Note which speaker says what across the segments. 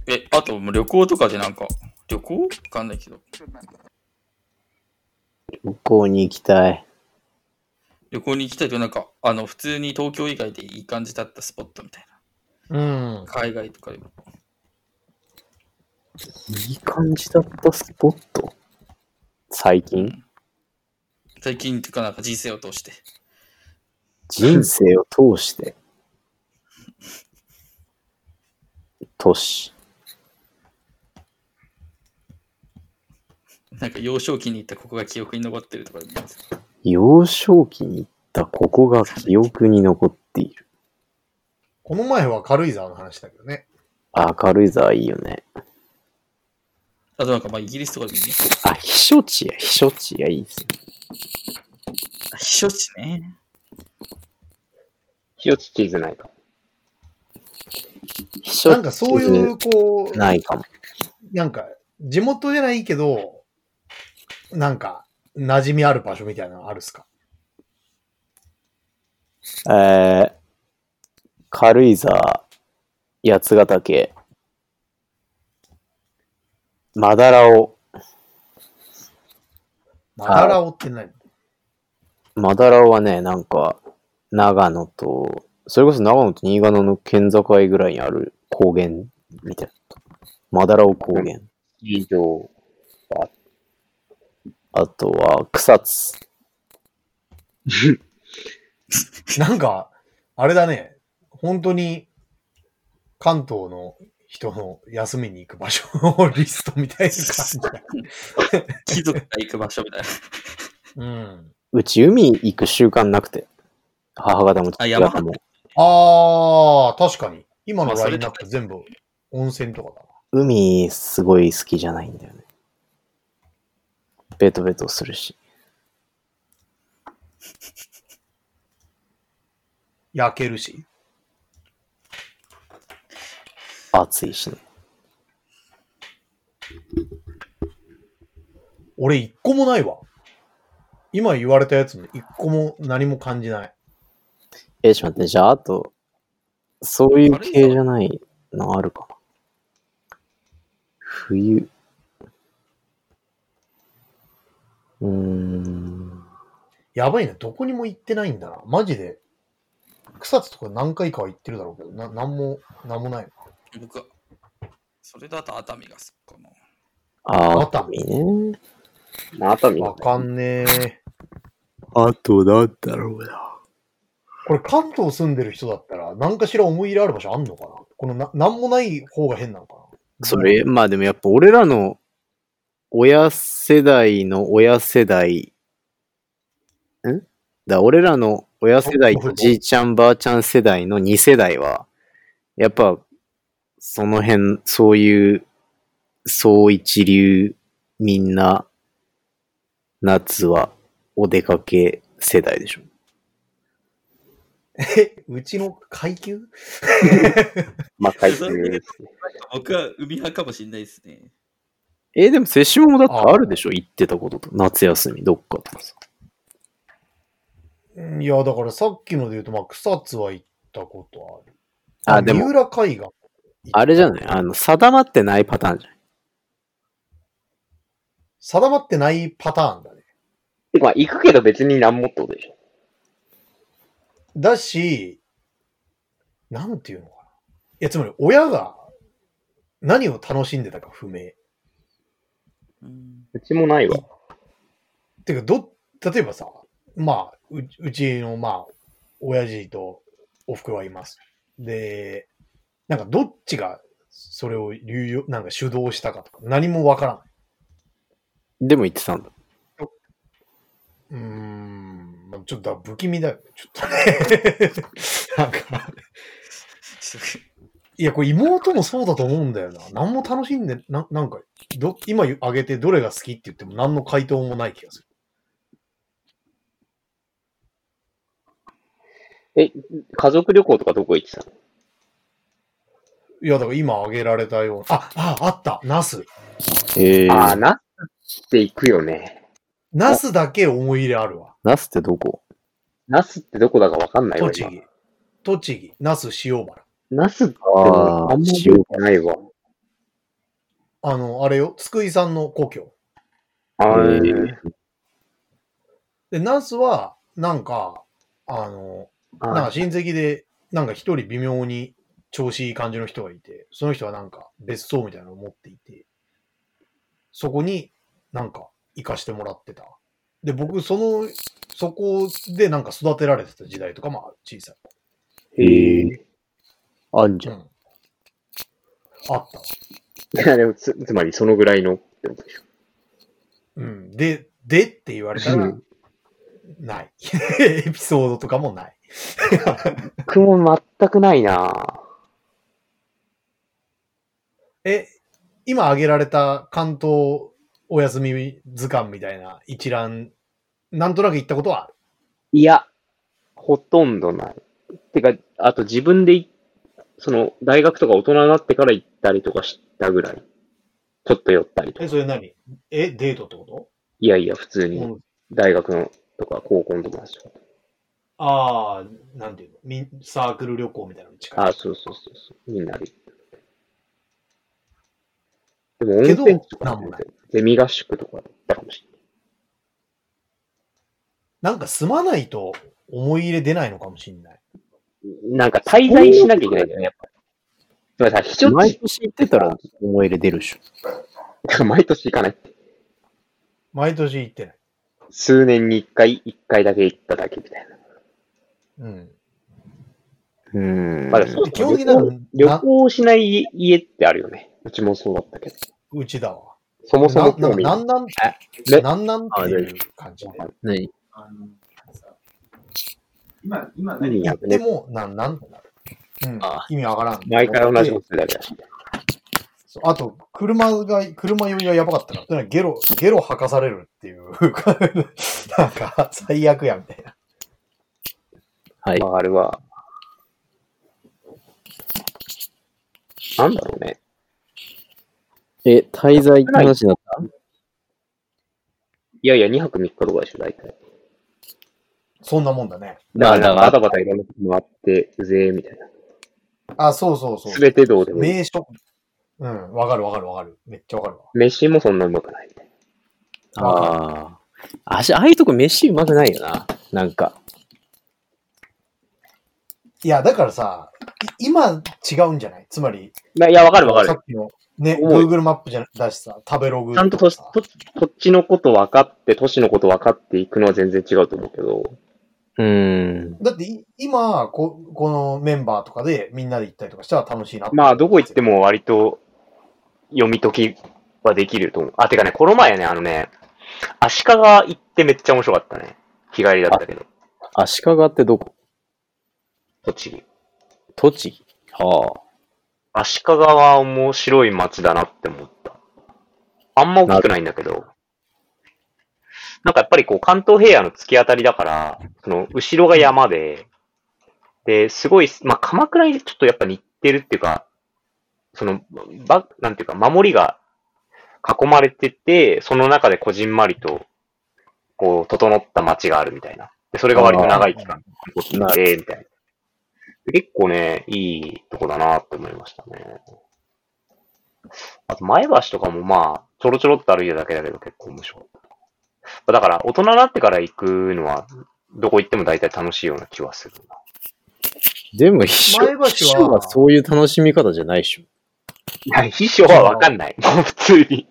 Speaker 1: あともう旅行とかでなんか、旅行わかんないけど。
Speaker 2: 旅行に行きたい。
Speaker 1: 旅行に行きたいとなんか、普通に東京以外でいい感じだったスポットみたいな。海外とかでも。
Speaker 2: いい感じだったスポット最近、
Speaker 1: 最近っていうかなんか人生を通して。
Speaker 2: 人生を通して。都市。
Speaker 1: なんか幼少期に行ったここが記憶に残ってるとかでもいいんですか？
Speaker 2: 幼少期に行ったここが記憶に残っている。
Speaker 3: この前は軽井沢の話だけどね。
Speaker 2: 軽井沢いいよね。
Speaker 1: あとなんかまあイギリスとかでもいいね。
Speaker 2: 避暑地やいいですよ。
Speaker 1: 避暑地ね。
Speaker 4: 避暑地地図ないか。
Speaker 3: なんかそういうこう
Speaker 2: ないかも。
Speaker 3: なんか地元じゃないけどなんか馴染みある場所みたいなのあるっすか？
Speaker 2: 軽井沢、八ヶ岳、マダラオ。
Speaker 3: マダラオって何？
Speaker 2: マダラオはね、なんか、長野と、それこそ長野と新潟の県境ぐらいにある高原みたいな。マダラオ高原。
Speaker 4: 以上。
Speaker 2: あとは、草津。
Speaker 3: なんか、あれだね。本当に、関東の人の休みに行く場所のリストみたいな感じだ。
Speaker 1: 貴族が行く場所みたい
Speaker 3: な。
Speaker 2: うち海行く習慣なくて。母方も父方も。
Speaker 3: 確かに。今のラインナップ全部温泉とかだな。
Speaker 2: 海すごい好きじゃないんだよね。ベトベトするし。
Speaker 3: 焼けるし。
Speaker 2: 暑いしね。
Speaker 3: 俺一個もないわ。今言われたやつの一個も何も感じない。
Speaker 2: ちょっと待って、じゃああと、そういう系じゃないのあるかな。冬。
Speaker 3: やばいね。どこにも行ってないんだな。マジで。草津とか何回かは行ってるだろうけど、なんもない。
Speaker 1: 僕は、それだと熱海が好きかな。
Speaker 2: 熱海ね。
Speaker 4: 熱海
Speaker 3: わかんねえ。
Speaker 2: あとなんだろうな。
Speaker 3: これ関東住んでる人だったら、何かしら思い入れある場所あんのかな？このなんもない方が変なのかな？
Speaker 2: それ、まあでもやっぱ俺らの親世代の親世代、俺らの親世代とじいちゃんばあちゃん世代の2世代は、やっぱ、その辺、そういう、総一流、みんな、夏はお出かけ世代でしょ。
Speaker 3: うちの階級
Speaker 4: まあ、階級ですね。
Speaker 1: 僕は海派かもしれないですね。
Speaker 2: でも、瀬下もだってあるでしょ？行ってたことと。夏休み、どっかとかさ。
Speaker 3: いや、だからさっきので言うと、まあ、草津は行ったことある。
Speaker 2: でも、
Speaker 3: 三浦海岸。
Speaker 2: あれじゃない？定まってないパターンじゃない？
Speaker 3: 定まってないパターンだね。
Speaker 4: てか、行くけど別に何もってことでしょ。
Speaker 3: だし、なんていうのかな。いや、つまり親が何を楽しんでたか不明。
Speaker 4: うちもないわ。
Speaker 3: てか、例えばさ、まあ、うちの、まあ、親父とお袋はいます。で、なんかどっちがそれをなんか主導したかとか何もわからない。
Speaker 2: でも言ってたんだ。
Speaker 3: ちょっと不気味だよね。ちょっとね。なんか、いや、これ妹もそうだと思うんだよな。何も楽しんで、なんか、今挙げてどれが好きって言っても何の回答もない気がする。
Speaker 4: 家族旅行とかどこ行ってたの？
Speaker 3: いや、だから今挙げられたような。あった。ナス。
Speaker 4: ナスって行くよね。
Speaker 3: ナスだけ思い入れあるわ。
Speaker 2: ナスってどこ？
Speaker 4: ナスってどこだかわかんないわ。
Speaker 3: 栃木。ナス塩原。
Speaker 4: ナスってあんま覚えてないわ。
Speaker 3: あれよ、つくいさんの故郷。で、ナスは、なんか親戚で、なんか一人微妙に調子いい感じの人がいて、その人はなんか別荘みたいなのを持っていて、そこになんか行かしてもらってた。で、僕、そこでなんか育てられてた時代とかもある、小さい。
Speaker 2: へえ。あんじゃん。
Speaker 3: あったわ。
Speaker 4: いや、でもつまりそのぐらいのってことでしょ。
Speaker 3: でって言われたら、ない。エピソードとかもない。
Speaker 4: 僕も全くないな
Speaker 3: 今挙げられた関東お休み図鑑みたいな一覧、なんとなく言ったことはある？
Speaker 4: いや、ほとんどない。てか、あと自分で大学とか大人になってから行ったりとかしたぐらい。ちょっと寄ったりとか。
Speaker 3: それ何？デートってこと？
Speaker 4: いやいや、普通に、大学のとか高校の友達とか。
Speaker 3: ああ、なんていうの？サークル旅行みたいなの近い。
Speaker 4: そう。みんなで。でも温泉地とかゼミ合宿とかだったかもしれない。
Speaker 3: なんか住まないと思い入れ出ないのかもしれない。
Speaker 4: なんか滞在しなきゃいけないんだよね、やっぱり。
Speaker 2: 毎年行ってたら思い入れ出るでし
Speaker 4: ょ。毎年行かないって。
Speaker 3: 毎年行ってない。
Speaker 4: 数年に一回だけ行っただけみたいな。まあ、
Speaker 3: 基本的な
Speaker 4: 旅行しない家ってあるよね。うちもそうだったけど。
Speaker 3: うちだわ。
Speaker 4: そもそも
Speaker 3: なんっていう感じで。
Speaker 2: 何？
Speaker 3: 今何やっても、なんてなる。意味わからん。
Speaker 4: 毎回同じことするだけだし。
Speaker 3: あと、車酔いがやばかったから、ゲロ吐かされるっていう、なんか、最悪や、みたいな。
Speaker 2: はい。
Speaker 4: あれは、なんだろうね。
Speaker 2: 滞在って話になった？
Speaker 4: いやいや、2泊3日とかでしょ、大体。
Speaker 3: そんなもんだね。
Speaker 4: だから、バタバタいろんなこともあって、うぜーみたいな。
Speaker 3: そう。
Speaker 4: すべてどうでもいい。
Speaker 3: 名所。わかる。めっちゃわかるわ。
Speaker 4: 飯もそんなうまくないみたい
Speaker 2: な。ああいうとこ飯うまくないよな。なんか。
Speaker 3: いや、だからさ、今違うんじゃない？つまり。
Speaker 4: いや、わかる。
Speaker 3: さっきのね、Google マップだしさ、食べログ。
Speaker 4: ちゃんと土地のこと分かって、都市のこと分かっていくのは全然違うと思うけど。
Speaker 3: だって今、このメンバーとかでみんなで行ったりとかしたら楽しいなって。
Speaker 4: まあ、どこ行っても割と読み解きはできると思う。てかね、この前ね、足利行ってめっちゃ面白かったね。日帰りだったけど。
Speaker 2: 足利ってどこ？
Speaker 4: 栃木。足利は面白い街だなって思った。あんま大きくないんだけど。なんかやっぱり関東平野の突き当たりだから、後ろが山で、で、すごい、鎌倉にちょっとやっぱ似てるっていうか、なんていうか、守りが囲まれてて、その中でこじんまりと、整った街があるみたいな。で、それが割と長い期間残ってて、みたいな。結構ね、いいとこだなって思いましたね。あと、前橋とかもちょろちょろっと歩いただけだけど結構面白い。だから、大人になってから行くのは、どこ行っても大体楽しいような気はするな。
Speaker 2: でも、秘書はそういう楽しみ方じゃないでしょ。
Speaker 4: いや、秘書はわかんない。もう普通に。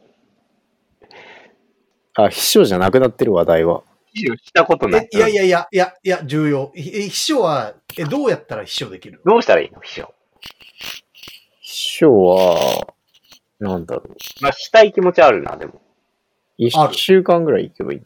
Speaker 2: 秘書じゃなくなってる話題は。
Speaker 4: 秘書したことない。
Speaker 3: いや、重要。秘書は、どうやったら秘書できる
Speaker 4: の？どうしたらいいの秘書。
Speaker 2: 秘書は、なんだろう。
Speaker 4: したい気持ちあるな、でも。
Speaker 2: 1週間ぐらい行けばいい。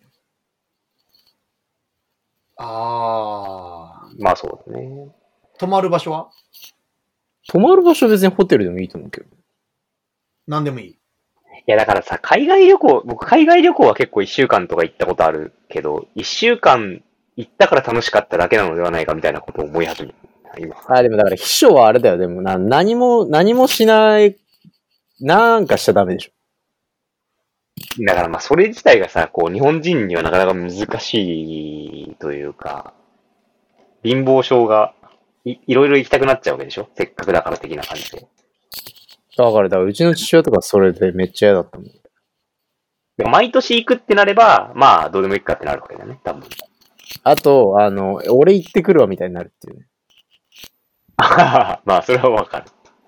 Speaker 3: ま
Speaker 4: あそうだね。
Speaker 3: 泊まる場所は？
Speaker 2: 泊まる場所は別にホテルでもいいと思うけど。
Speaker 3: なんでもいい。
Speaker 4: いや、だからさ、僕海外旅行は結構1週間とか行ったことあるけど、1週間行ったから楽しかっただけなのではないかみたいなことを思い始めた、今。
Speaker 2: でもだから秘書はあれだよ。でも何もしない、なんかしちゃダメでしょ。
Speaker 4: だからそれ自体がさ、日本人にはなかなか難しいというか、貧乏症がいろいろ行きたくなっちゃうわけでしょ？せっかくだから的な感じで。
Speaker 2: だから、うちの父親とかそれでめっちゃ嫌だったもん。
Speaker 4: でも毎年行くってなれば、まあ、どうでもいいかってなるわけだよね、多分。
Speaker 2: あと、俺行ってくるわみたいになるっていうね。
Speaker 4: まあ、それはわかる。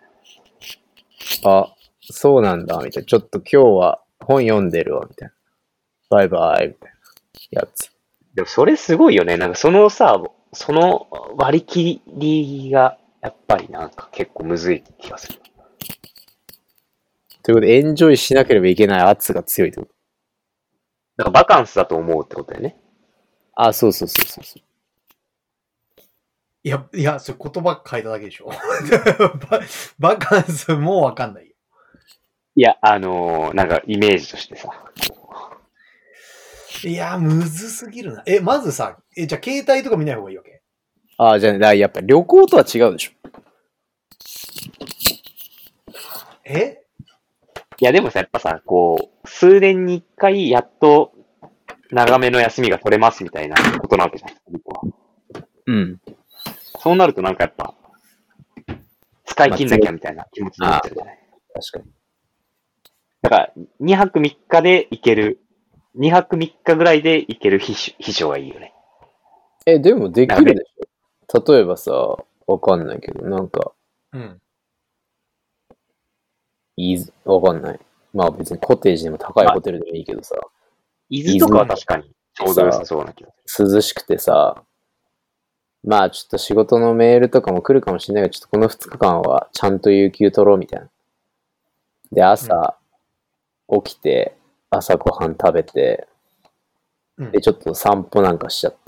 Speaker 2: あ、そうなんだ、みたいな。ちょっと今日は本読んでるわ、みたいな。バイバイ、みたいなやつ。
Speaker 4: でもそれすごいよね。なんかそのさ、その割り切りが、やっぱりなんか結構むずい気がする。
Speaker 2: ということで、エンジョイしなければいけない圧が強いってこと。
Speaker 4: だからバカンスだと思うってことだよね。
Speaker 2: あ、そうそうそうそう。
Speaker 3: いや、それ言葉変えただけでしょ。バカンスもわかんないよ。
Speaker 4: いや、なんかイメージとしてさ。
Speaker 3: いや、むずすぎるな。まずさ、じゃあ携帯とか見ない方がいいわけ？
Speaker 2: あ、じゃあ、やっぱ旅行とは違うでしょ。
Speaker 4: いや、でもさ、やっぱさ、こう、数年に一回、やっと、長めの休みが取れますみたいなことなわけじゃん、僕は。
Speaker 2: うん。
Speaker 4: そうなるとなんかやっぱ、使い切んなきゃみたいな気持ちになっちゃうじゃない。
Speaker 2: 確かに。
Speaker 4: だから、2泊3日で行ける、2泊3日ぐらいで行ける秘書がいいよね。
Speaker 2: でもできるでしょ。例えばさ、わかんないけど、なんか、
Speaker 3: うん。
Speaker 2: わかんない。まあ別にコテージでも高いホテルでもいいけどさ。
Speaker 4: 伊豆とかは確かにちょうど良さそうな気がする。
Speaker 2: 涼しくてさ、まあちょっと仕事のメールとかも来るかもしれないけど、ちょっとこの2日間はちゃんと有給取ろうみたいな。で、朝、起きて、朝ごはん食べて、で、ちょっと散歩なんかしちゃって。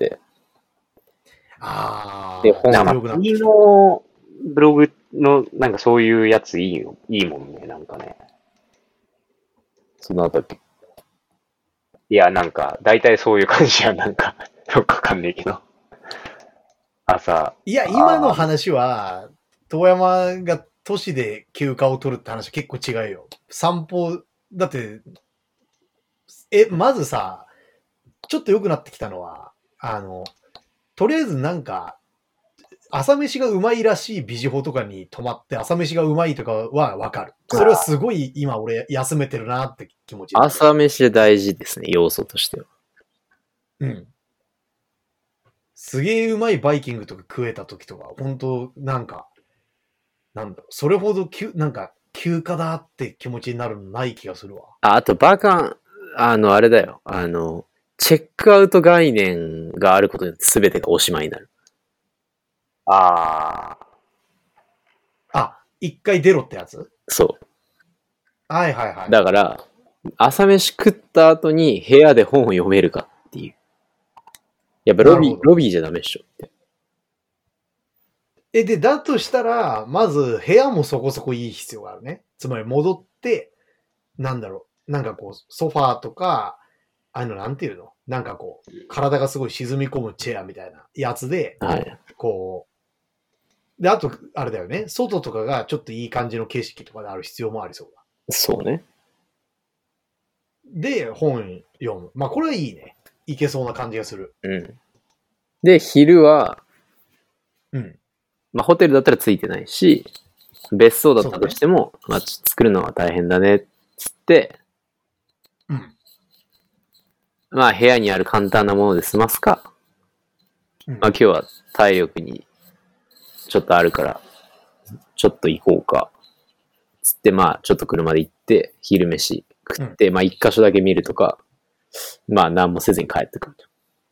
Speaker 2: で、本
Speaker 4: 君のブログのなんかそういうやついいもんね、なんかね。
Speaker 2: そのあたり。
Speaker 4: いや、なんか、大体そういう感じや、なんか、よくわかんないけど。朝。
Speaker 3: いや、今の話は、遠山が都市で休暇を取るって話は結構違うよ。散歩、だって、まずさ、ちょっと良くなってきたのは、とりあえずなんか、朝飯がうまいらしいビジホとかに泊まって朝飯がうまいとかはわかる。それはすごい今俺休めてるなって気持ち。
Speaker 2: 朝飯大事ですね、要素としては。
Speaker 3: うん。すげえうまいバイキングとか食えた時とか、本当なんか、なんだろう、それほどなんか休暇だって気持ちになるのない気がするわ。
Speaker 2: あとあれだよ。チェックアウト概念があることによって全てがおしまいになる。
Speaker 3: 一回出ろってやつ？
Speaker 2: そう。
Speaker 3: はいはいはい。
Speaker 2: だから、朝飯食った後に部屋で本を読めるかっていう。やっぱロビーじゃダメでしょって。
Speaker 3: で、だとしたら、まず部屋もそこそこいい必要があるね。つまり戻って、なんだろう、なんかこう、ソファーとか、なんていうの？なんかこう、体がすごい沈み込むチェアみたいなやつで、
Speaker 2: はい、
Speaker 3: こう、で、あと、あれだよね、外とかがちょっといい感じの景色とかである必要もありそうだ。
Speaker 2: そうね。
Speaker 3: で、本読む。まあ、これはいいね。いけそうな感じがする。
Speaker 2: うん。で、昼は、まあ、ホテルだったらついてないし、別荘だったとしても、まあ、作るのは大変だね、っつって、まあ、部屋にある簡単なもので済ますか、まあ、今日は体力にちょっとあるから、ちょっと行こうか、つって、まあ、ちょっと車で行って、昼飯食って、まあ、一箇所だけ見るとか、まあ、何もせずに帰ってくると。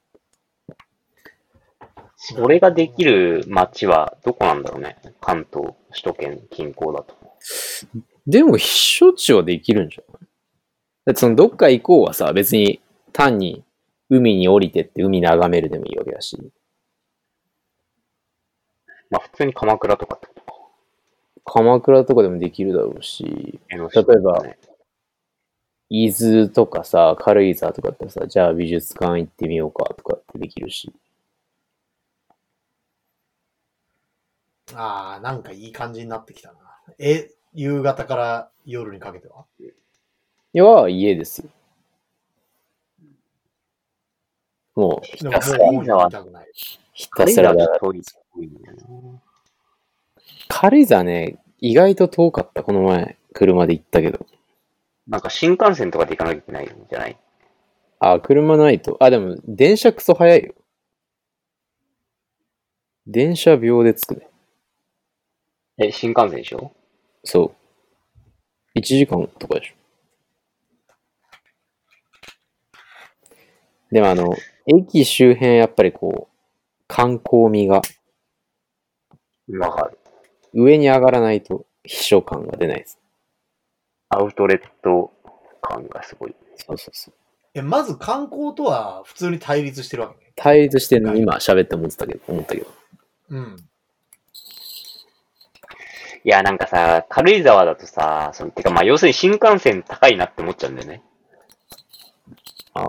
Speaker 4: それができる街はどこなんだろうね。関東、首都圏近郊だと。
Speaker 2: でも、避暑地はできるんじゃない？だってそのどっか行こうはさ、別に単に海に降りてって海眺めるでもいいわけだし。
Speaker 4: まあ普通に鎌倉とかってことか。
Speaker 2: 鎌倉とかでもできるだろうし、例えば、伊豆とかさ、軽井沢とかってさ、じゃあ美術館行ってみようかとかってできるし。
Speaker 3: なんかいい感じになってきたな。夕方から夜にかけては？
Speaker 2: いや、家ですよ。もう、
Speaker 3: ひたすら
Speaker 2: だ。軽井沢ね、意外と遠かった、この前。 車で行ったけど。
Speaker 4: なんか新幹線とかで行かなきゃいけないんじゃない？
Speaker 2: あ、車ないと。あ、でも、電車クソ早いよ。電車秒で着くね。
Speaker 4: 新幹線でしょ？
Speaker 2: そう。1時間とかでしょ。でも駅周辺やっぱりこう、観光味が
Speaker 4: わかる。
Speaker 2: 上に上がらないと秘書感が出ないです。
Speaker 4: アウトレット感がすごい。
Speaker 2: そうそうそう。
Speaker 3: まず観光とは普通に対立してるわけね。
Speaker 2: 対立してるの今喋って思ったけど。
Speaker 3: うん。
Speaker 4: いや、なんかさ、軽井沢だとさ、てかまあ要するに新幹線高いなって思っちゃうんだよね。
Speaker 2: ああ。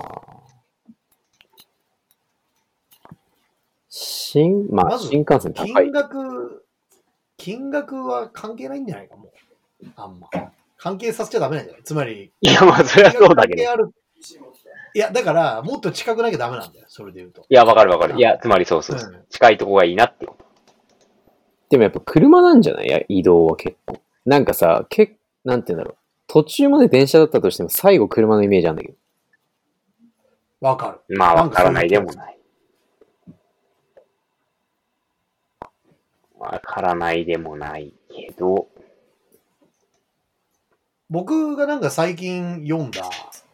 Speaker 2: まあ新幹線高い。
Speaker 3: 金額は関係ないんじゃないかもう。あんま。関係させちゃダメなんじゃない？つまり。
Speaker 4: いや、まあそれはそうだけど。
Speaker 3: いや、だから、もっと近くなきゃダメなんだよ。それで言うと。
Speaker 4: いや、わかる。いや、つまりそう、近いとこがいいなってこと。
Speaker 2: でもやっぱ車なんじゃない？いや、移動は結構。なんかさ、なんて言うんだろう。途中まで電車だったとしても最後車のイメージあるんだけど。
Speaker 3: わかる。
Speaker 4: まあ、わからないでもない。わからないでもないけど。
Speaker 3: 僕がなんか最近読んだ、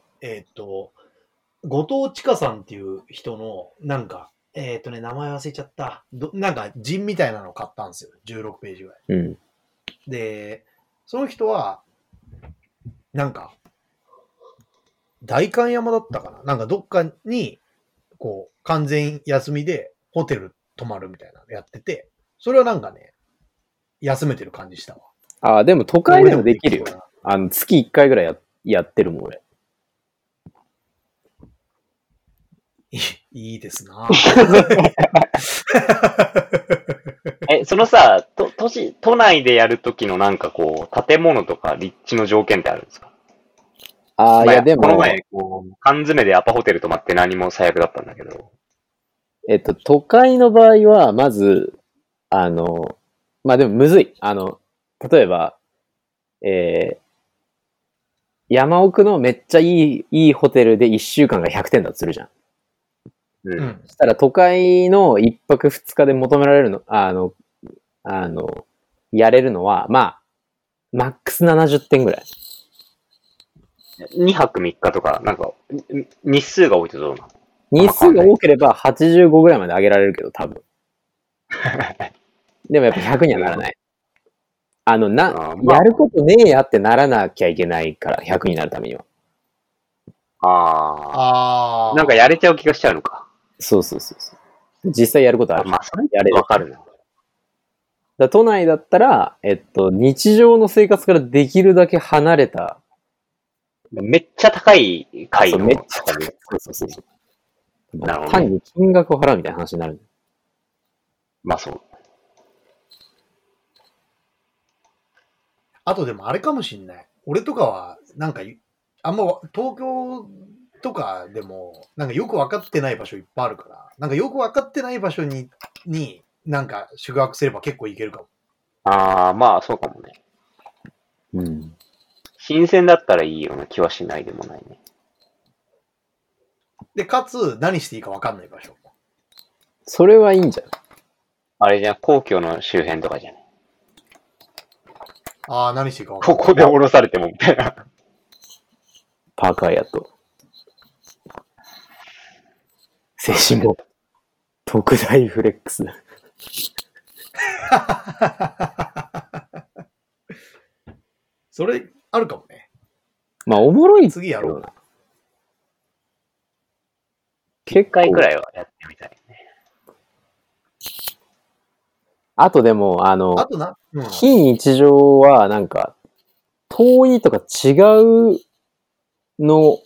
Speaker 3: 後藤千佳さんっていう人の、なんか、名前忘れちゃった。なんか、陣みたいなのを買ったんですよ。16ページぐらい。
Speaker 2: うん。
Speaker 3: で、その人は、なんか、代官山だったかな？なんかどっかに、こう、完全休みでホテル泊まるみたいなのやってて、それはなんかね、休めてる感じしたわ。
Speaker 2: ああ、でも都会でもできるよ。月1回ぐらいやってるもん、俺。
Speaker 3: いいですな
Speaker 4: そのさ、都内でやるときのなんかこう、建物とか立地の条件ってあるんですか？
Speaker 2: ああ、いやでも。
Speaker 4: この前、缶詰でアパホテル泊まって何も最悪だったんだけど。
Speaker 2: 都会の場合は、まず、まあでもむずい。例えば、山奥のめっちゃいいホテルで1週間が100点だとするじゃん。
Speaker 4: うん。
Speaker 2: そしたら都会の1泊2日で求められるの、やれるのは、まあ、マックス70点ぐらい。
Speaker 4: 2泊3日とか、なんか、日数が多いとどうなの？
Speaker 2: 日数が多ければ85ぐらいまで上げられるけど、多分。でもやっぱ100にはならない。やることねえやってならなきゃいけないから、100になるためには。
Speaker 4: なんかやれちゃう気がしちゃうのか。
Speaker 2: そう。実際やることある。
Speaker 4: まあ、それやれる。わかるな。
Speaker 2: 都内だったら、日常の生活からできるだけ離れた。
Speaker 4: めっちゃ高い階の。
Speaker 2: めっちゃ高い。そう。なるほどね。単に金額を払うみたいな話になる。
Speaker 4: まあそう。
Speaker 3: あとでもあれかもしんない。俺とかは、なんか、あんま東京とかでも、なんかよく分かってない場所いっぱいあるから、なんかよく分かってない場所になんか宿泊すれば結構行けるかも。
Speaker 4: まあそうかもね。
Speaker 2: うん。
Speaker 4: 新鮮だったらいいような気はしないでもないね。
Speaker 3: で、かつ、何していいか分かんない場所。
Speaker 2: それはいいんじゃない？
Speaker 4: あれじゃん、皇居の周辺とかじゃない。
Speaker 3: 何していいか分かんない。
Speaker 4: ここで降ろされてもみたいな。
Speaker 2: パーカーやと。精神も特大フレックス。
Speaker 3: それ、あるかもね。
Speaker 2: まあ、おもろい。
Speaker 3: 次やろうな。
Speaker 4: 結構。1回くらいはやってみたいね。
Speaker 2: あとでも、非日常はなんか、遠いとか違うの、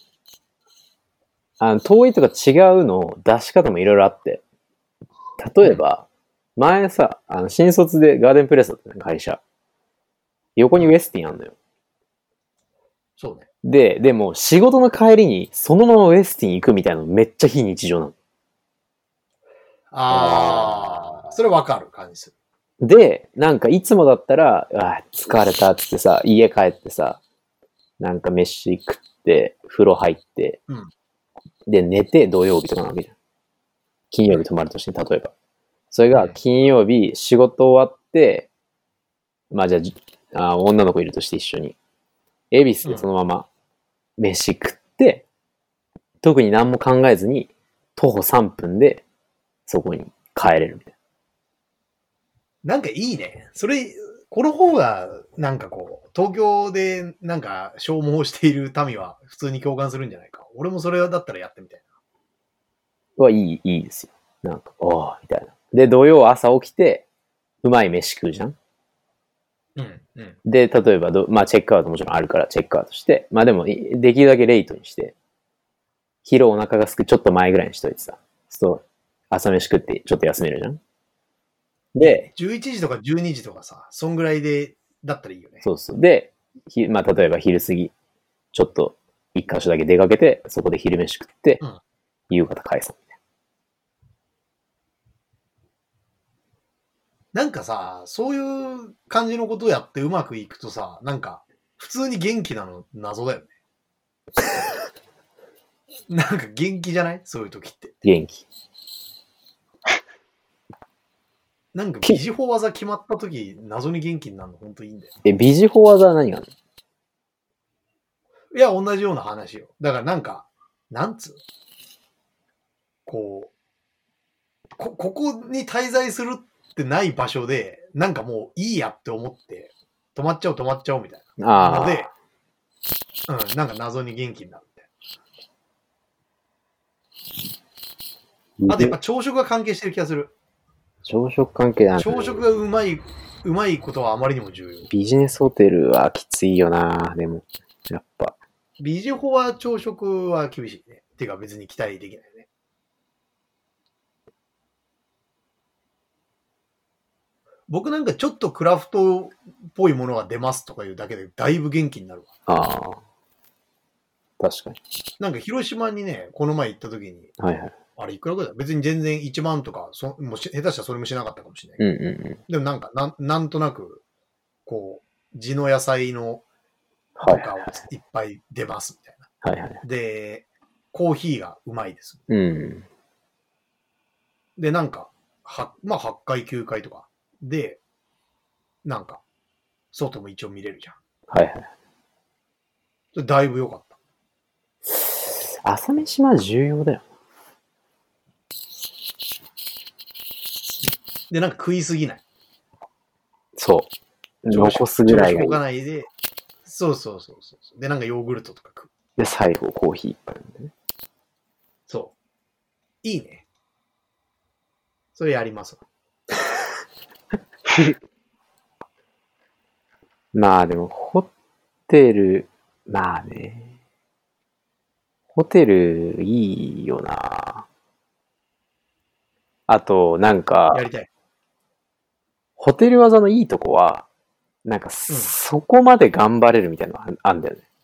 Speaker 2: 遠いとか違うの出し方もいろいろあって。例えば、前さ、新卒でガーデンプレスだったね、会社。横にウェスティンあんのよ。
Speaker 3: そうね。
Speaker 2: でも仕事の帰りにそのままウェスティン行くみたいなのめっちゃ非日常なの。
Speaker 3: それわかる感じする。
Speaker 2: で、なんかいつもだったら、疲れたっつってさ、家帰ってさ、なんか飯食って、風呂入って、
Speaker 3: うん、
Speaker 2: で、寝て土曜日とかなわけじゃん。金曜日泊まるとして、例えば。それが金曜日、仕事終わって、まあじゃあ、女の子いるとして一緒に。恵比寿でそのまま飯食って、特に何も考えずに、徒歩3分でそこに帰れるみたい
Speaker 3: な。なんかいいね。この方が、なんかこう、東京でなんか消耗している民は普通に共感するんじゃないか。俺もそれだったらやってみたい
Speaker 2: な。いいですよ。なんか、みたいな。で、土曜朝起きて、うまい飯食うじゃん。
Speaker 3: うんうん、
Speaker 2: で、例えばまあチェックアウトもちろんあるからチェックアウトして、まあでもできるだけレイトにして、昼お腹がすくちょっと前ぐらいにしといてさ、そう朝飯食ってちょっと休めるじゃん。で、
Speaker 3: 11時とか12時とかさ、そんぐらいで、だったらいいよね。
Speaker 2: そうそう。で、まあ例えば昼過ぎ、ちょっと一箇所だけ出かけて、そこで昼飯食って、夕方帰すみたい
Speaker 3: な。なんかさ、そういう感じのことをやってうまくいくとさ、なんか、普通に元気なの謎だよね。なんか元気じゃない？そういう時って。
Speaker 2: 元気。
Speaker 3: なんかビジホ技決まった時、謎に元気になるの本当いいんだよ。
Speaker 2: ビジホ技は何がある
Speaker 3: の？いや、同じような話よ。だからなんか、なんつうここに滞在するってない場所で、なんかもういいやって思って、止まっちゃおうみたいな。ので、なんか謎に元気になるみたいな。あとやっぱ朝食が関係してる気がする。
Speaker 2: 朝食関係ない。
Speaker 3: 朝食がうまいことはあまりにも重要。
Speaker 2: ビジネスホテルはきついよな。でも、やっぱ。
Speaker 3: ビジホは朝食は厳しいね。てか別に期待できないね。僕なんかちょっとクラフトっぽいものが出ますとかいうだけでだいぶ元気になる
Speaker 2: わ。ああ。確かに。
Speaker 3: なんか広島にね、この前行った時に、
Speaker 2: はいはい。
Speaker 3: あれいくらぐらいだ？別に全然1万とか、もう下手したらそれもしなかったかもしれないけど。でもなんかなんとなく、こう、地の野菜のとかをいっぱい出ますみたいな。
Speaker 2: はいはい。
Speaker 3: で、コーヒーがうまいです。
Speaker 2: うん。
Speaker 3: で、なんか、まあ8階9階とか。で、なんか、外も一応見れるじゃん。
Speaker 2: はいはい。
Speaker 3: それだいぶ良かった。
Speaker 2: 朝飯は重要だよ。
Speaker 3: で、なんか食いすぎない。
Speaker 2: そう。残すぐらいがいい。
Speaker 3: 調子こかないで、そう。で、なんかヨーグルトとか食う。
Speaker 2: で、最後コーヒーいっぱい飲んでね。
Speaker 3: そう。いいね。それやりますわ。
Speaker 2: まあでも、ホテル、まあね。ホテルいいよな。あと、なんか、
Speaker 3: やりたい。
Speaker 2: ホテル技のいいとこは、なんか、そこまで頑張れるみたいなのがあるんだよね。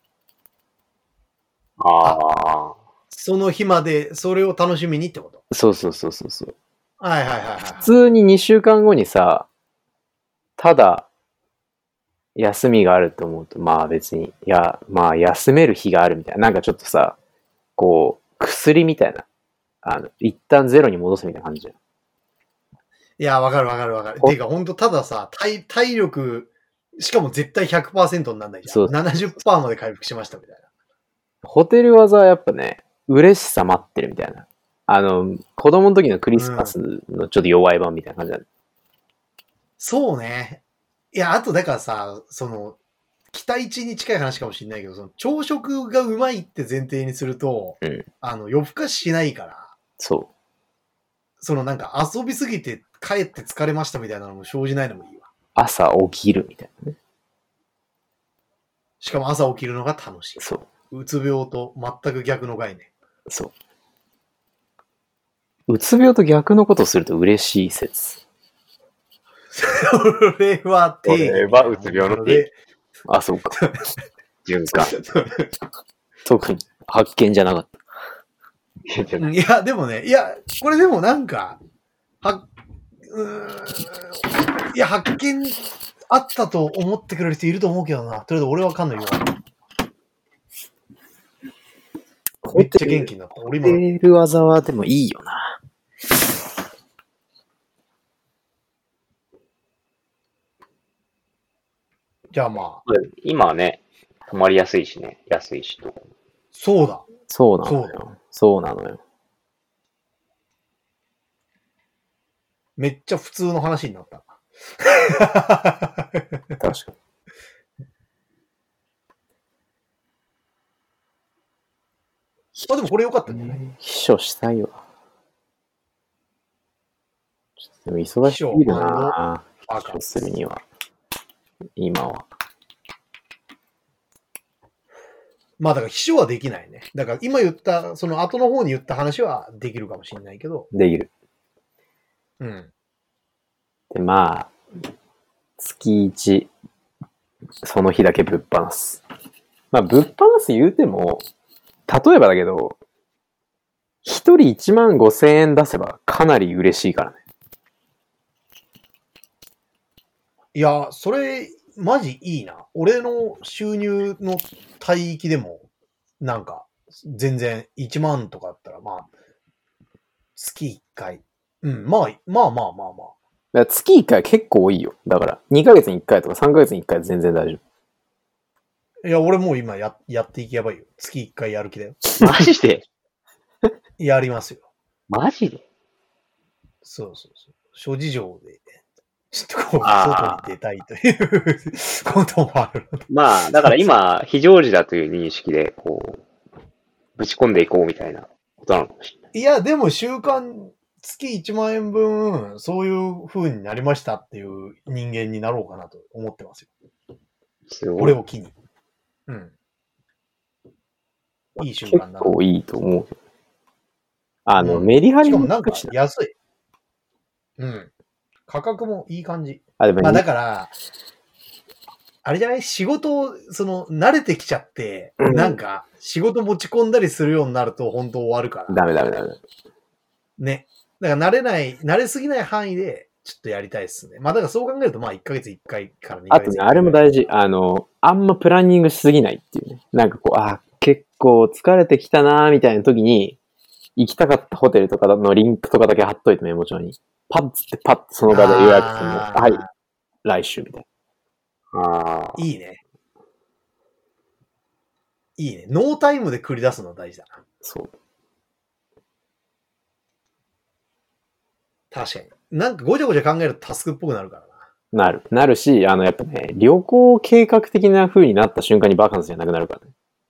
Speaker 4: ああ。
Speaker 3: その日までそれを楽しみにってこと？
Speaker 2: そう。
Speaker 3: はい。
Speaker 2: 普通に2週間後にさ、ただ、休みがあると思うと、まあ別に、まあ休める日があるみたいな。なんかちょっとさ、こう、薬みたいな。一旦ゼロに戻すみたいな感じじゃん。
Speaker 3: いや、わかる。ていうか、ほんと、たださ、体力、しかも絶対 100% になんないじゃん。そう。70% まで回復しましたみたいな。
Speaker 2: ホテル技はやっぱね、嬉しさ待ってるみたいな。子供の時のクリスマスのちょっと弱い版みたいな感じだね。
Speaker 3: そうね。いや、あとだからさ、期待値に近い話かもしれないけど、朝食がうまいって前提にすると、夜更かししないから。
Speaker 2: そう。
Speaker 3: なんか遊びすぎて帰って疲れましたみたいなのも生じないのもいいわ。
Speaker 2: 朝起きるみたいなね。
Speaker 3: しかも朝起きるのが楽しい。
Speaker 2: そう。
Speaker 3: うつ病と全く逆の概念。
Speaker 2: そう。うつ病と逆のことをすると嬉しい説。
Speaker 3: それは定義。
Speaker 4: それはうつ病の定義。
Speaker 2: あ、そうか。
Speaker 4: 循環。
Speaker 2: 特に発見じゃなかった。
Speaker 3: いや、でもね、これでもなんか、 いや、発見あったと思ってくれる人いると思うけどな。とりあえず俺はわかんないよ。めっちゃ元気になった。俺今。
Speaker 2: ホテル技はでもいいよな。
Speaker 3: じゃあまあ。
Speaker 4: 今はね、泊まりやすいしね、安いしと。
Speaker 3: そうだ。
Speaker 2: そうなのよ。そうなのよ。
Speaker 3: めっちゃ普通の話になった。
Speaker 2: 確かに。
Speaker 3: あ、でもこれ良かったんじゃない？
Speaker 2: 秘書したいわ。ちょっとでも忙しすぎるな。秘書するには。今は。
Speaker 3: まあだから秘書はできないね。だから今言った、その後の方に言った話はできるかもしれないけど。
Speaker 2: できる。
Speaker 3: うん。
Speaker 2: で、まあ、月1、その日だけぶっ放す。まあ、ぶっ放す言うても、例えばだけど、一人15,000円出せばかなり嬉しいからね。
Speaker 3: いや、それ、マジいいな。俺の収入の帯域でも、なんか、全然1万とかだったら、まあ、月1回。うん、まあ。
Speaker 2: 月1回結構多いよ。だから、2ヶ月に1回とか3ヶ月に1回で全然大丈
Speaker 3: 夫。いや、俺もう今やっていけばいいよ。月1回やる気だよ。
Speaker 4: マジで
Speaker 3: やりますよ。
Speaker 4: マジで
Speaker 3: そう。諸事情で、ちょっとこう、外に出たいということもある。
Speaker 4: まあ、だから今、非常時だという認識で、こう、ぶち込んでいこうみたいなことなのかもしれない。
Speaker 3: いや、でも週間、月1万円分、そういう風になりましたっていう人間になろうかなと思ってますよ。
Speaker 4: すごい。
Speaker 3: これを機に。うん。いい習慣だな。
Speaker 2: 結構いいと思う。メリハリ
Speaker 3: しかもなんか安い。うん。価格もいい感じ。
Speaker 2: でも
Speaker 3: まあだから、あれじゃない？仕事を、慣れてきちゃって、なんか、仕事持ち込んだりするようになると本当終わるから。
Speaker 2: ダメ。
Speaker 3: ね。だから慣れすぎない範囲で、ちょっとやりたいですね。まあだからそう考えると、まあ1ヶ月1回から2ヶ月1回。
Speaker 2: あとね、あれも大事。あんまプランニングしすぎないっていうね。なんかこう、結構疲れてきたなーみたいな時に、行きたかったホテルとかのリンクとかだけ貼っといてメモ帳に。パッつってパッとその場で予約しても、はい、来週みたい
Speaker 4: な。
Speaker 3: いいね。ノータイムで繰り出すの大事だな。
Speaker 2: そう。
Speaker 3: 確かに。なんかごちゃごちゃ考えるとタスクっぽくなるから
Speaker 2: な。なるし、やっぱね、旅行計画的な風になった瞬間にバカンスじゃなくなるからね。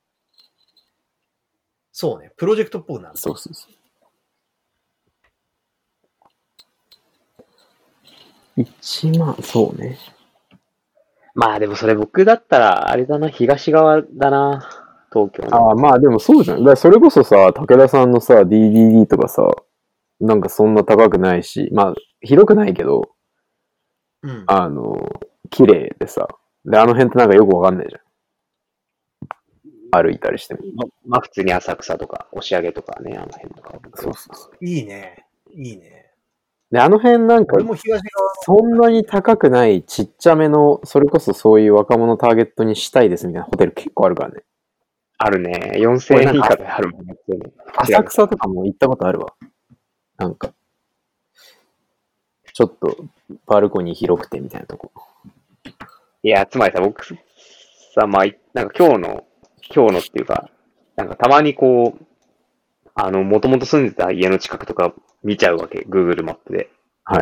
Speaker 3: そうね。プロジェクトっぽくなる。
Speaker 2: そう。1万、そうね。
Speaker 4: まあでもそれ僕だったら、あれだな、東側だな、東京の。
Speaker 2: まあでもそうじゃん。だからそれこそさ、武田さんのさ、DDD とかさ、なんかそんな高くないし、まあ、広くないけど、
Speaker 3: うん。
Speaker 2: 綺麗でさ、で、あの辺ってなんかよくわかんないじゃん。歩いたりしても。
Speaker 4: まあ普通に浅草とか、押上とかね、あの辺とか。
Speaker 2: そう。
Speaker 3: いいね。
Speaker 2: で、あの辺なんか、そんなに高くないちっちゃめの、それこそそういう若者ターゲットにしたいですみたいなホテル結構あるからね。
Speaker 4: あるね。4000円以下であるもんね。
Speaker 2: 浅草とかも行ったことあるわ。なんか、ちょっとバルコニー広くてみたいなとこ。
Speaker 4: いや、つまりさ、僕さ、まあ、なんか今日のっていうか、なんかたまにこう、もともと住んでた家の近くとか見ちゃうわけ。Google マップで。
Speaker 2: はい。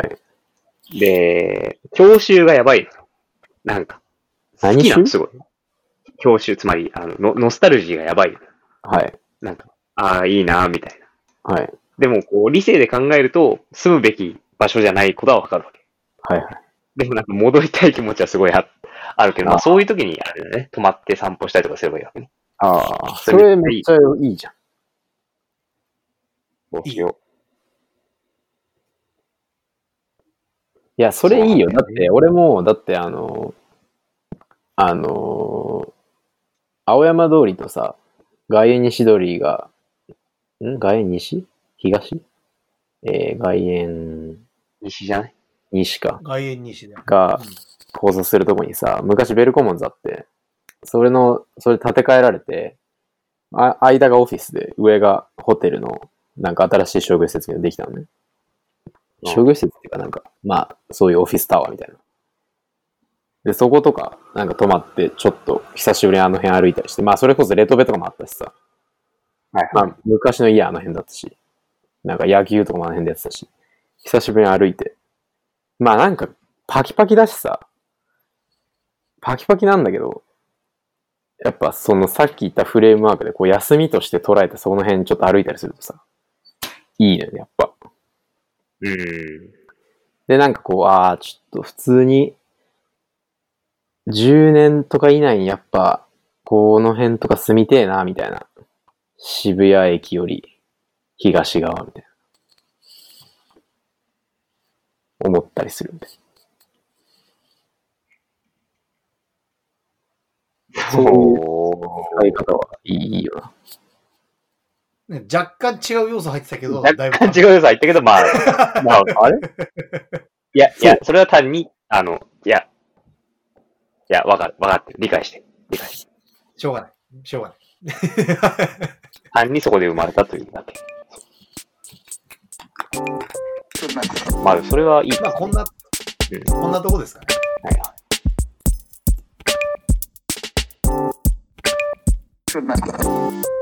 Speaker 4: で、郷愁がやばい。なんか、好きなのすごい。郷愁、つまり、ノスタルジーがやばい。
Speaker 2: はい。
Speaker 4: なんか、いいなみたい
Speaker 2: な。はい。
Speaker 4: でも、こう、理性で考えると、住むべき場所じゃないことはわかるわけ。
Speaker 2: はい。
Speaker 4: でもなんか戻りたい気持ちはすごいあるけど、まあそういう時にあれだね、泊まって散歩したりとかすればいいわけね。
Speaker 2: それめっちゃいいじゃん。
Speaker 4: そうしよう。
Speaker 2: いや、それいいよ。だって、俺も、青山通りとさ、外苑西通りが、外苑西東外苑
Speaker 4: 西じゃない
Speaker 2: 西か。
Speaker 3: 外苑西で。
Speaker 2: が、交差するとこにさ、昔ベルコモンズあって、それ建て替えられて、間がオフィスで、上がホテルの、なんか新しい商業施設ができたのね。商業施設っていうかなんか、まあ、そういうオフィスタワーみたいな。で、そことか、なんか泊まって、ちょっと久しぶりにあの辺歩いたりして、まあ、それこそレトベとかもあったしさ。
Speaker 4: はい。
Speaker 2: まあ、昔の家あの辺だったし、なんか野球とかもあの辺でやってたし、久しぶりに歩いて。まあなんか、パキパキだしさ、パキパキなんだけど、やっぱそのさっき言ったフレームワークでこう休みとして捉えてその辺ちょっと歩いたりするとさ、いいね、やっぱ。で、なんかこう、ちょっと普通に、10年とか以内にやっぱ、この辺とか住みてえな、みたいな。渋谷駅より東側みたいな。思ったりするんで。そういう使い方はいいよ
Speaker 3: な。ね、若干違う要素入ってたけど、
Speaker 4: 若干違う要素入ったけど、まあ、
Speaker 2: あれ
Speaker 4: いや、それは単に、いや、わかってる。理解して。
Speaker 3: しょうがない。
Speaker 4: 単にそこで生まれたというだけ。まあ、それはいい。
Speaker 3: まあ、こんなとこですかね。
Speaker 4: はい。